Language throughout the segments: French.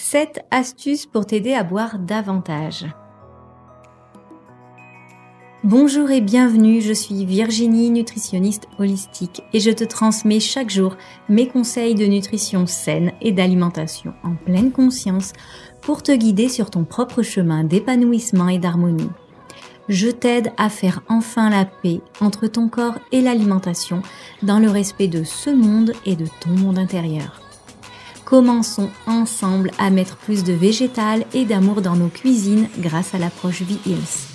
7 astuces pour t'aider à boire davantage. Bonjour et bienvenue, je suis Virginie, nutritionniste holistique et je te transmets chaque jour mes conseils de nutrition saine et d'alimentation en pleine conscience pour te guider sur ton propre chemin d'épanouissement et d'harmonie. Je t'aide à faire enfin la paix entre ton corps et l'alimentation dans le respect de ce monde et de ton monde intérieur. Commençons ensemble à mettre plus de végétal et d'amour dans nos cuisines grâce à l'approche V-Heals.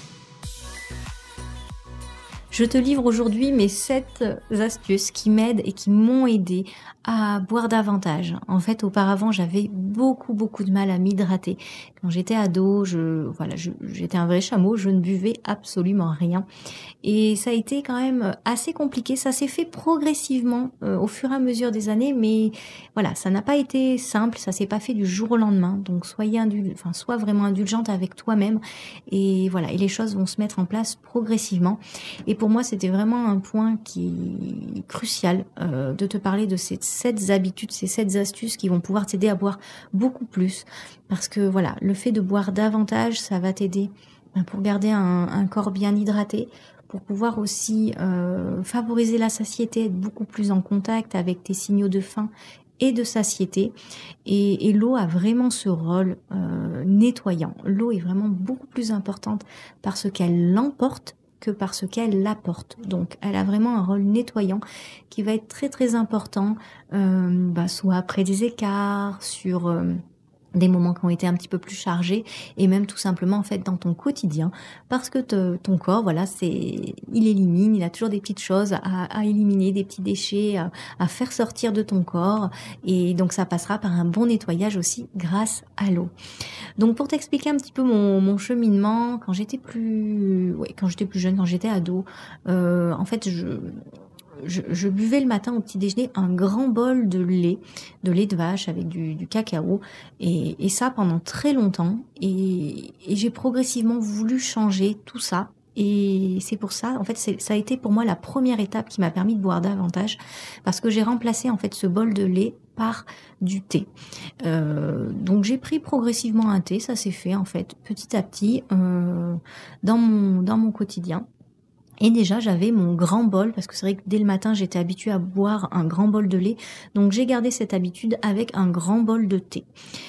Je te livre aujourd'hui mes 7 astuces qui m'aident et qui m'ont aidé à boire davantage. En fait, auparavant, j'avais beaucoup de mal à m'hydrater. Quand j'étais ado, j'étais un vrai chameau, je ne buvais absolument rien. Et ça a été quand même assez compliqué. Ça s'est fait progressivement au fur et à mesure des années, mais voilà, ça n'a pas été simple, ça s'est pas fait du jour au lendemain. Donc sois vraiment indulgente avec toi-même et voilà, et les choses vont se mettre en place progressivement. Et pour moi, c'était vraiment un point qui est crucial de te parler de ces 7 habitudes, ces 7 astuces qui vont pouvoir t'aider à boire beaucoup plus. Parce que voilà, le fait de boire davantage, ça va t'aider pour garder un corps bien hydraté, pour pouvoir aussi favoriser la satiété, être beaucoup plus en contact avec tes signaux de faim et de satiété. Et l'eau a vraiment ce rôle nettoyant. L'eau est vraiment beaucoup plus importante parce qu'elle l'emporte que parce qu'elle l'apporte. Donc, elle a vraiment un rôle nettoyant qui va être très important, soit après des écarts, sur des moments qui ont été un petit peu plus chargés, et même tout simplement en fait dans ton quotidien, parce que ton corps, voilà, il élimine, il a toujours des petites choses à éliminer, des petits déchets à faire sortir de ton corps, et donc ça passera par un bon nettoyage aussi grâce à l'eau. Donc pour t'expliquer un petit peu mon cheminement, quand j'étais plus jeune, quand j'étais ado, en fait je buvais le matin au petit déjeuner un grand bol de lait de vache avec du cacao, et ça pendant très longtemps, et j'ai progressivement voulu changer tout ça. Et c'est pour ça, en fait, ça a été pour moi la première étape qui m'a permis de boire davantage, parce que j'ai remplacé en fait ce bol de lait par du thé. Donc j'ai pris progressivement un thé, ça s'est fait en fait petit à petit dans mon quotidien. Et déjà, j'avais mon grand bol, parce que c'est vrai que dès le matin, j'étais habituée à boire un grand bol de lait. Donc, j'ai gardé cette habitude avec un grand bol de thé.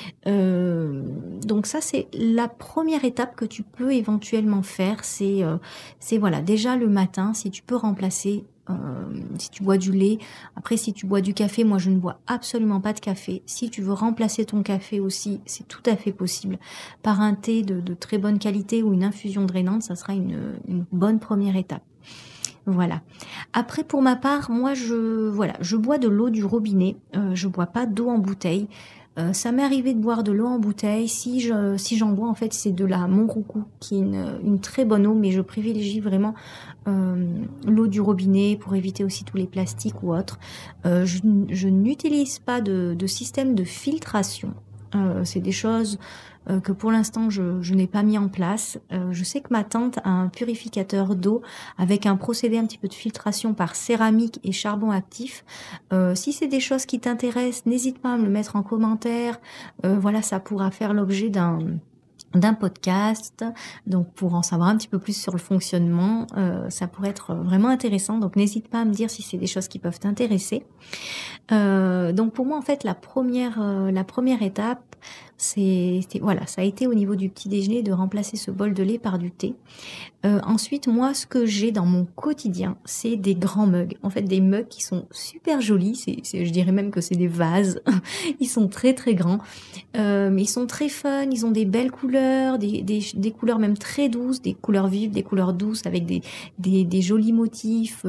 Donc ça, c'est la première étape que tu peux éventuellement faire. C'est voilà, déjà le matin, si tu peux remplacer, si tu bois du lait. Après, si tu bois du café, moi je ne bois absolument pas de café. Si tu veux remplacer ton café aussi, c'est tout à fait possible par un thé de très bonne qualité ou une infusion drainante. Ça sera une bonne première étape. Voilà. Après, pour ma part, moi je bois de l'eau du robinet. Je bois pas d'eau en bouteille. Ça m'est arrivé de boire de l'eau en bouteille. Si j'en bois, en fait, c'est de la Monroucou, qui est une très bonne eau, mais je privilégie vraiment l'eau du robinet pour éviter aussi tous les plastiques ou autres. Je n'utilise pas de système de filtration. C'est des choses que pour l'instant je n'ai pas mis en place. Je sais que ma tante a un purificateur d'eau avec un procédé un petit peu de filtration par céramique et charbon actif. Si c'est des choses qui t'intéressent, n'hésite pas à me le mettre en commentaire. Voilà, ça pourra faire l'objet d'un podcast, donc pour en savoir un petit peu plus sur le fonctionnement, ça pourrait être vraiment intéressant, donc n'hésite pas à me dire si c'est des choses qui peuvent t'intéresser. Donc pour moi, en fait, la première étape, voilà, ça a été au niveau du petit déjeuner de remplacer ce bol de lait par du thé. Ensuite, moi, ce que j'ai dans mon quotidien, c'est des grands mugs. En fait, des mugs qui sont super jolis. Je dirais même que c'est des vases. Ils sont très grands. Mais ils sont très fun. Ils ont des belles couleurs, des couleurs même très douces, des couleurs vives, des couleurs douces avec des jolis motifs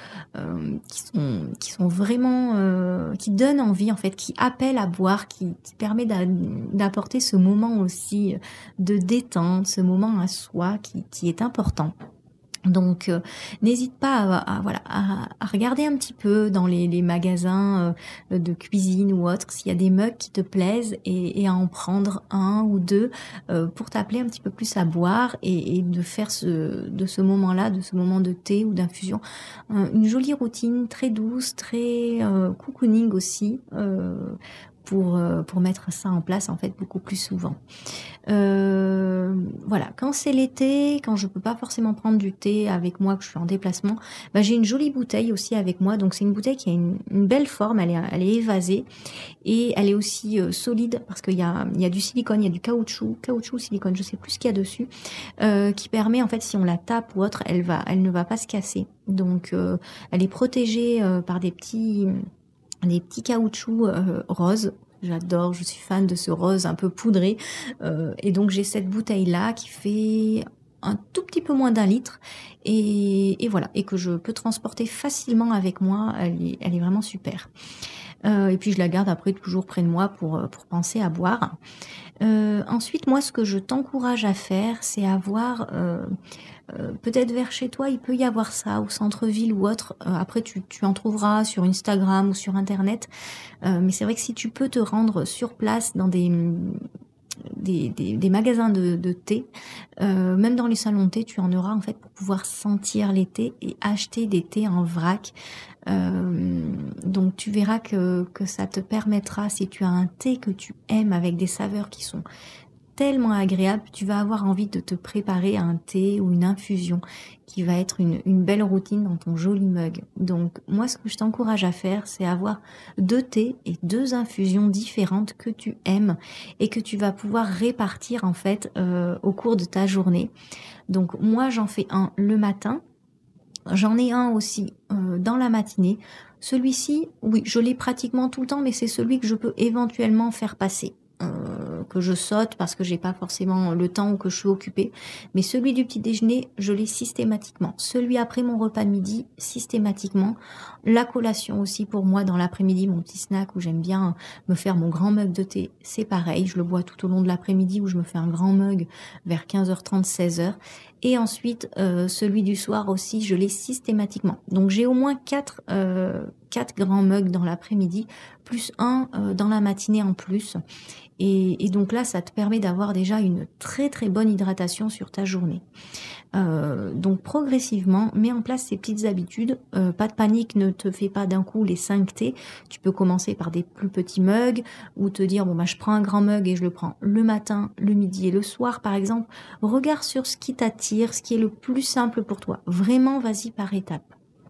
qui sont vraiment qui donnent envie en fait, qui appellent à boire, qui permet d'apporter ce moment aussi de détente, ce moment à soi qui est important. Donc n'hésite pas à regarder un petit peu dans les magasins de cuisine ou autres s'il y a des mugs qui te plaisent, et à en prendre un ou deux pour t'appeler un petit peu plus à boire, et de faire de ce moment-là, de ce moment de thé ou d'infusion, une jolie routine très douce, très cocooning aussi, pour mettre ça en place en fait beaucoup plus souvent. Voilà, quand c'est l'été, quand je peux pas forcément prendre du thé avec moi, que je suis en déplacement, bah, j'ai une jolie bouteille aussi avec moi. Donc c'est une bouteille qui a une belle forme, elle est évasée et elle est aussi solide parce il y a du silicone, il y a du caoutchouc, silicone, je sais plus ce qu'il y a dessus, qui permet en fait si on la tape ou autre, elle ne va pas se casser. Donc elle est protégée par des petits caoutchoucs roses. J'adore, je suis fan de ce rose un peu poudré. Et donc j'ai cette bouteille-là qui fait un tout petit peu moins d'1 litre. Et voilà, et que je peux transporter facilement avec moi. Elle est vraiment super. Et puis je la garde après toujours près de moi pour penser à boire. Ensuite, moi, ce que je t'encourage à faire, c'est avoir... peut-être vers chez toi, il peut y avoir ça, au centre-ville ou autre. Après, tu en trouveras sur Instagram ou sur Internet. Mais c'est vrai que si tu peux te rendre sur place dans des magasins de thé, même dans les salons de thé, tu en auras en fait pour pouvoir sentir les thés et acheter des thés en vrac. Donc tu verras que ça te permettra, si tu as un thé que tu aimes avec des saveurs qui sont tellement agréable, tu vas avoir envie de te préparer un thé ou une infusion qui va être une belle routine dans ton joli mug. Donc moi, ce que je t'encourage à faire, c'est avoir 2 thés et 2 infusions différentes que tu aimes et que tu vas pouvoir répartir en fait au cours de ta journée. Donc moi, j'en fais un le matin. J'en ai un aussi dans la matinée. Celui-ci, oui, je l'ai pratiquement tout le temps, mais c'est celui que je peux éventuellement faire passer. Que je saute parce que j'ai pas forcément le temps ou que je suis occupée. Mais celui du petit déjeuner, je l'ai systématiquement. Celui après mon repas de midi, systématiquement. La collation aussi pour moi dans l'après-midi, mon petit snack où j'aime bien me faire mon grand mug de thé, c'est pareil. Je le bois tout au long de l'après-midi où je me fais un grand mug vers 15h30, 16h. Et ensuite, celui du soir aussi, je l'ai systématiquement. Donc j'ai au moins 4 grands mugs dans l'après-midi, plus un dans la matinée en plus. Et donc là, ça te permet d'avoir déjà une très très bonne hydratation sur ta journée. Donc progressivement, mets en place ces petites habitudes. Pas de panique, ne te fais pas d'un coup les 5 thés. Tu peux commencer par des plus petits mugs ou te dire, bon bah je prends un grand mug et je le prends le matin, le midi et le soir par exemple. Regarde sur ce qui t'attire, ce qui est le plus simple pour toi. Vraiment, vas-y par étapes.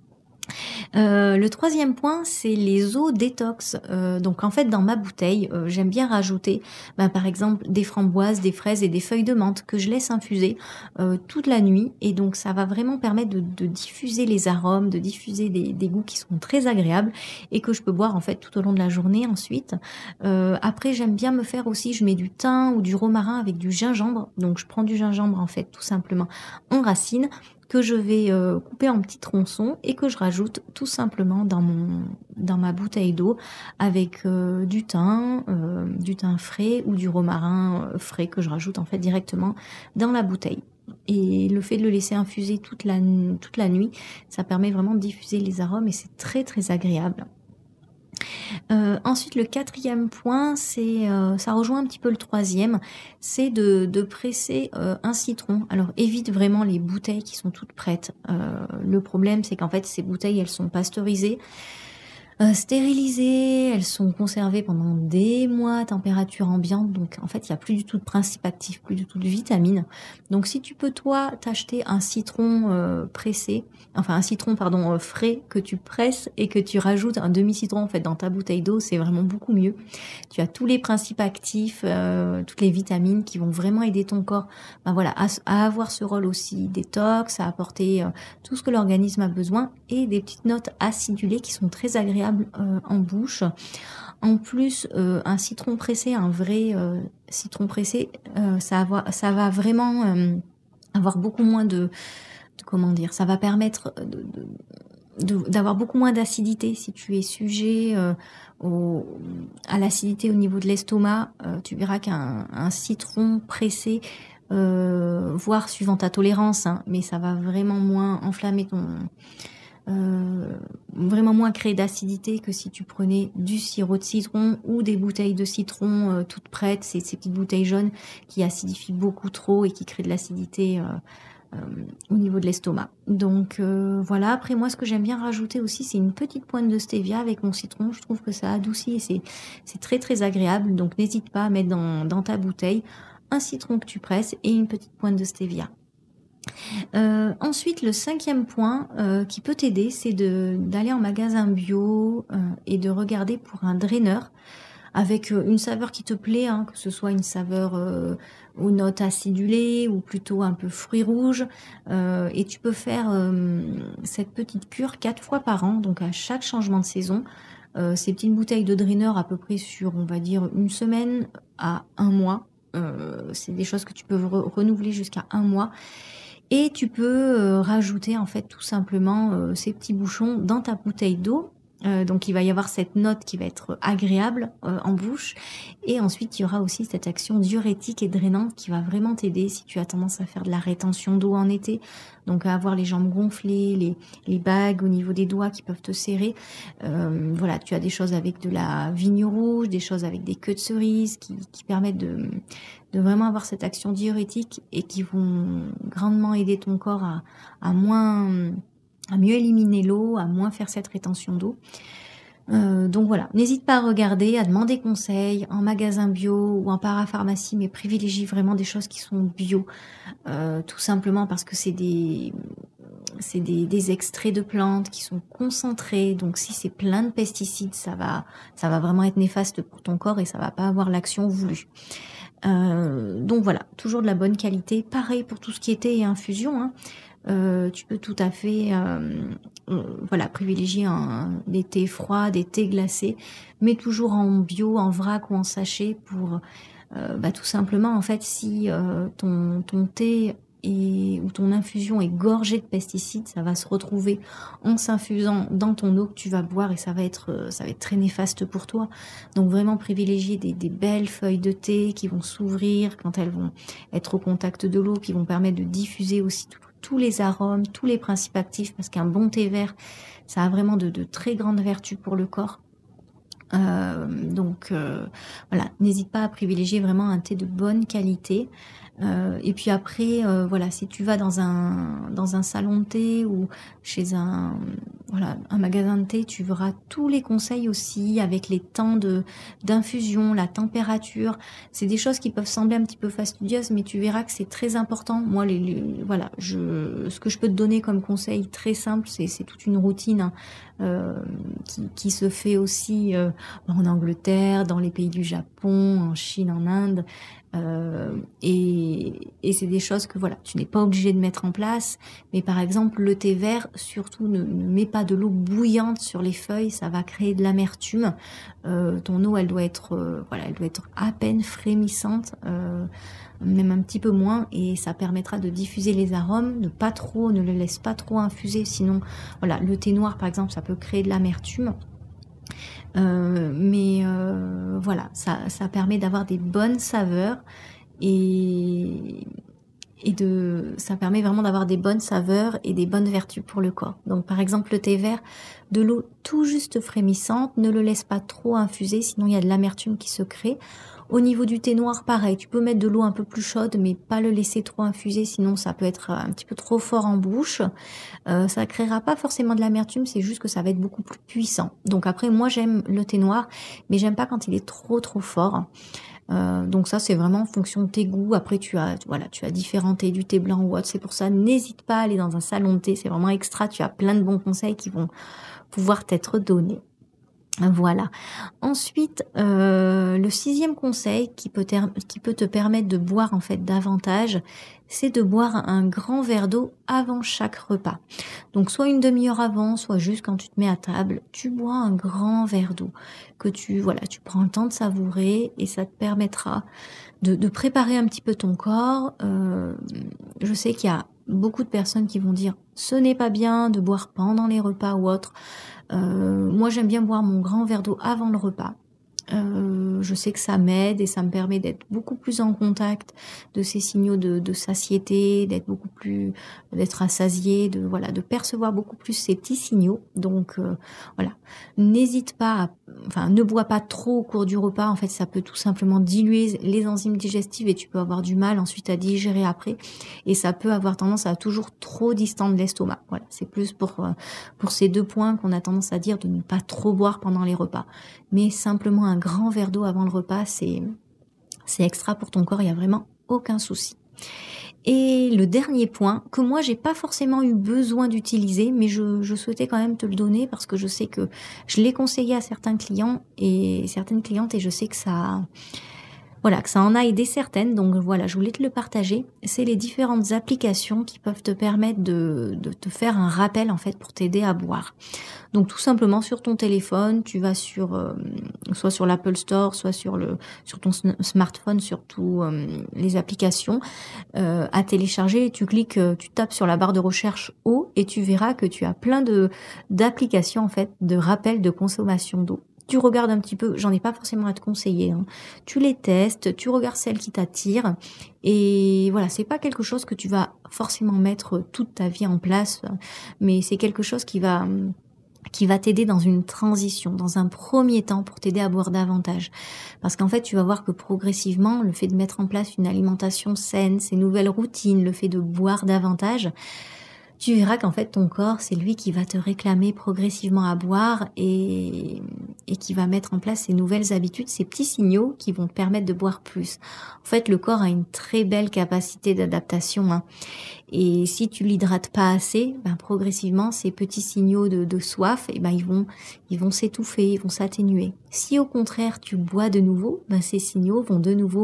Le troisième point, c'est les eaux détox. Donc en fait, dans ma bouteille, j'aime bien rajouter, par exemple, des framboises, des fraises et des feuilles de menthe que je laisse infuser toute la nuit. Et donc ça va vraiment permettre de diffuser les arômes, de diffuser des goûts qui sont très agréables et que je peux boire en fait tout au long de la journée ensuite. Après, j'aime bien me faire aussi, je mets du thym ou du romarin avec du gingembre. Donc je prends du gingembre en fait tout simplement en racine, que je vais couper en petits tronçons et que je rajoute tout simplement dans ma bouteille d'eau avec du thym frais ou du romarin frais que je rajoute en fait directement dans la bouteille. Et le fait de le laisser infuser toute la nuit, ça permet vraiment de diffuser les arômes et c'est très très agréable. Ensuite, le quatrième point, ça rejoint un petit peu le troisième, c'est de presser un citron. Alors, évite vraiment les bouteilles qui sont toutes prêtes. Le problème, c'est qu'en fait, ces bouteilles, elles sont pasteurisées, stérilisées, elles sont conservées pendant des mois à température ambiante, donc en fait il n'y a plus du tout de principe actif, plus du tout de vitamines. Donc si tu peux toi t'acheter un citron pressé, enfin un citron pardon frais que tu presses et que tu rajoutes un demi-citron en fait dans ta bouteille d'eau, c'est vraiment beaucoup mieux. Tu as tous les principes actifs, toutes les vitamines qui vont vraiment aider ton corps voilà, à avoir ce rôle aussi détox, à apporter tout ce que l'organisme a besoin et des petites notes acidulées qui sont très agréables en bouche. En plus, un citron pressé, un vrai citron pressé, ça va vraiment avoir beaucoup moins comment dire, ça va permettre d'avoir beaucoup moins d'acidité. Si tu es sujet à l'acidité au niveau de l'estomac, tu verras qu'un citron pressé, voire suivant ta tolérance, mais ça va vraiment moins enflammer vraiment moins créer d'acidité que si tu prenais du sirop de citron ou des bouteilles de citron toutes prêtes, ces petites bouteilles jaunes qui acidifient beaucoup trop et qui créent de l'acidité au niveau de l'estomac. Donc voilà, après moi ce que j'aime bien rajouter aussi, c'est une petite pointe de stevia avec mon citron. Je trouve que ça adoucit et c'est très très agréable. Donc n'hésite pas à mettre dans ta bouteille un citron que tu presses et une petite pointe de stevia. Ensuite, le 5e point qui peut t'aider, c'est d'aller en magasin bio et de regarder pour un draineur avec une saveur qui te plaît, hein, que ce soit une saveur aux notes acidulées ou plutôt un peu fruits rouges. Et tu peux faire cette petite cure 4 fois par an, donc à chaque changement de saison. Ces petites bouteilles de draineur à peu près sur, on va dire, une semaine à un mois. C'est des choses que tu peux renouveler jusqu'à un mois. Et tu peux rajouter en fait tout simplement ces petits bouchons dans ta bouteille d'eau. Donc il va y avoir cette note qui va être agréable en bouche. Et ensuite il y aura aussi cette action diurétique et drainante qui va vraiment t'aider si tu as tendance à faire de la rétention d'eau en été. Donc à avoir les jambes gonflées, les bagues au niveau des doigts qui peuvent te serrer. Voilà, tu as des choses avec de la vigne rouge, des choses avec des queues de cerises qui permettent de vraiment avoir cette action diurétique et qui vont grandement aider ton corps à mieux éliminer l'eau, à moins faire cette rétention d'eau. Donc voilà, n'hésite pas à regarder, à demander conseil en magasin bio ou en parapharmacie, mais privilégie vraiment des choses qui sont bio, tout simplement parce que c'est des extraits de plantes qui sont concentrés, donc si c'est plein de pesticides, ça va vraiment être néfaste pour ton corps et ça va pas avoir l'action voulue. Donc voilà, toujours de la bonne qualité. Pareil pour tout ce qui est thé et infusion, hein. Tu peux tout à fait voilà, privilégier des thés froids, des thés glacés, mais toujours en bio, en vrac ou en sachet pour tout simplement en fait si ton thé ou ton infusion est gorgée de pesticides, ça va se retrouver en s'infusant dans ton eau que tu vas boire et ça va être très néfaste pour toi. Donc vraiment privilégier des belles feuilles de thé qui vont s'ouvrir quand elles vont être au contact de l'eau, qui vont permettre de diffuser aussi tous les arômes, tous les principes actifs, parce qu'un bon thé vert, ça a vraiment de très grandes vertus pour le corps. Donc voilà, n'hésite pas à privilégier vraiment un thé de bonne qualité. Et puis après, voilà, si tu vas dans un salon de thé ou chez un magasin de thé, tu verras tous les conseils aussi avec les temps d'infusion, la température. C'est des choses qui peuvent sembler un petit peu fastidieuses, mais tu verras que c'est très important. Moi, voilà, ce que je peux te donner comme conseil très simple, c'est toute une routine qui se fait aussi en Angleterre, dans les pays du Japon, en Chine, en Inde. Et c'est des choses que voilà, tu n'es pas obligé de mettre en place, mais par exemple le thé vert, surtout ne mets pas de l'eau bouillante sur les feuilles, ça va créer de l'amertume. Ton eau elle doit être à peine frémissante, même un petit peu moins, et ça permettra de diffuser les arômes, ne le laisse pas trop infuser, sinon voilà, le thé noir par exemple ça peut créer de l'amertume. Voilà, ça permet d'avoir des bonnes saveurs ça permet vraiment d'avoir des bonnes saveurs et des bonnes vertus pour le corps. Donc par exemple le thé vert, de l'eau tout juste frémissante, ne le laisse pas trop infuser, sinon il y a de l'amertume qui se crée. Au niveau du thé noir, pareil, tu peux mettre de l'eau un peu plus chaude, mais pas le laisser trop infuser, sinon ça peut être un petit peu trop fort en bouche. Ça créera pas forcément de l'amertume, c'est juste que ça va être beaucoup plus puissant. Donc après, moi j'aime le thé noir, mais j'aime pas quand il est trop fort. Donc ça c'est vraiment en fonction de tes goûts. Après tu as différents thés, du thé blanc ou autre. C'est pour ça, n'hésite pas à aller dans un salon de thé, c'est vraiment extra. Tu as plein de bons conseils qui vont pouvoir t'être donnés. Voilà. Ensuite, le 6e conseil qui peut te permettre de boire en fait davantage, c'est de boire un grand verre d'eau avant chaque repas. Donc soit une demi-heure avant, soit juste quand tu te mets à table, tu bois un grand verre d'eau que tu prends le temps de savourer et ça te permettra de préparer un petit peu ton corps. Je sais qu'il y a beaucoup de personnes qui vont dire ce n'est pas bien de boire pendant les repas ou autre. Moi j'aime bien boire mon grand verre d'eau avant le repas. Je sais que ça m'aide et ça me permet d'être beaucoup plus en contact de ces signaux de satiété, d'être rassasiée, de percevoir beaucoup plus ces petits signaux. Donc voilà, n'hésite pas, enfin ne bois pas trop au cours du repas. En fait, ça peut tout simplement diluer les enzymes digestives et tu peux avoir du mal ensuite à digérer après. Et ça peut avoir tendance à toujours trop distendre l'estomac. Voilà, c'est plus pour ces 2 points qu'on a tendance à dire de ne pas trop boire pendant les repas. Mais simplement un grand verre d'eau avant le repas, c'est extra pour ton corps, il y a vraiment aucun souci. Et le dernier point, que moi j'ai pas forcément eu besoin d'utiliser, mais je souhaitais quand même te le donner parce que je sais que je l'ai conseillé à certains clients et certaines clientes et je sais que ça en a aidé certaines, donc voilà, je voulais te le partager. C'est les différentes applications qui peuvent te permettre de te faire un rappel en fait pour t'aider à boire. Donc tout simplement sur ton téléphone, tu vas soit sur l'Apple Store, soit sur ton smartphone, sur tous les applications à télécharger. Tu cliques, tu tapes sur la barre de recherche eau et tu verras que tu as plein d'applications en fait de rappel de consommation d'eau. Tu regardes un petit peu, j'en ai pas forcément à te conseiller, hein. Tu les testes, tu regardes celles qui t'attirent et voilà, c'est pas quelque chose que tu vas forcément mettre toute ta vie en place, mais c'est quelque chose qui va t'aider dans une transition, dans un premier temps pour t'aider à boire davantage. Parce qu'en fait, tu vas voir que progressivement, le fait de mettre en place une alimentation saine, ces nouvelles routines, le fait de boire davantage, tu verras qu'en fait ton corps, c'est lui qui va te réclamer progressivement à boire et qui va mettre en place ces nouvelles habitudes, ces petits signaux qui vont te permettre de boire plus. En fait, le corps a une très belle capacité d'adaptation, hein. Et si tu l'hydrates pas assez, progressivement, ces petits signaux de soif, ils vont s'étouffer, ils vont s'atténuer. Si au contraire tu bois de nouveau, ces signaux vont de nouveau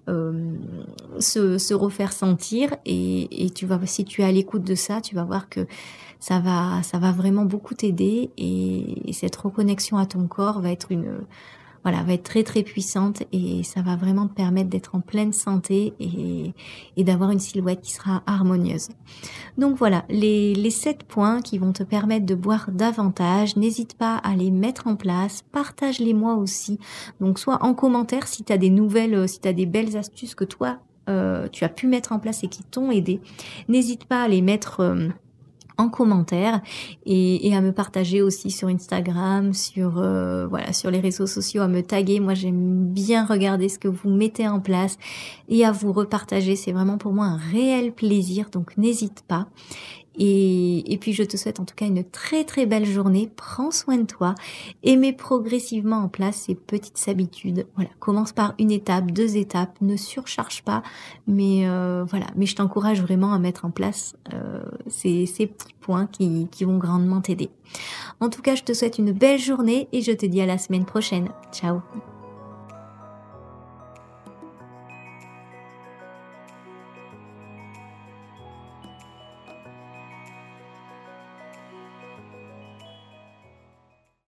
se refaire sentir et si tu es à l'écoute de ça, tu vas voir que ça va vraiment beaucoup t'aider et cette reconnexion à ton corps va être va être très très puissante et ça va vraiment te permettre d'être en pleine santé et d'avoir une silhouette qui sera harmonieuse. Donc voilà, les 7 points qui vont te permettre de boire davantage, n'hésite pas à les mettre en place, partage-les moi aussi. Donc soit en commentaire si tu as si tu as des belles astuces que toi, tu as pu mettre en place et qui t'ont aidé. N'hésite pas à les mettre en commentaire et à me partager aussi sur Instagram, sur les réseaux sociaux, à me taguer. Moi, j'aime bien regarder ce que vous mettez en place et à vous repartager. C'est vraiment pour moi un réel plaisir, donc n'hésite pas. Et puis je te souhaite en tout cas une très très belle journée. Prends soin de toi et mets progressivement en place ces petites habitudes. Voilà, commence par une étape, 2 étapes, ne surcharge pas, mais mais je t'encourage vraiment à mettre en place ces petits points qui vont grandement t'aider. En tout cas, je te souhaite une belle journée et je te dis à la semaine prochaine. Ciao.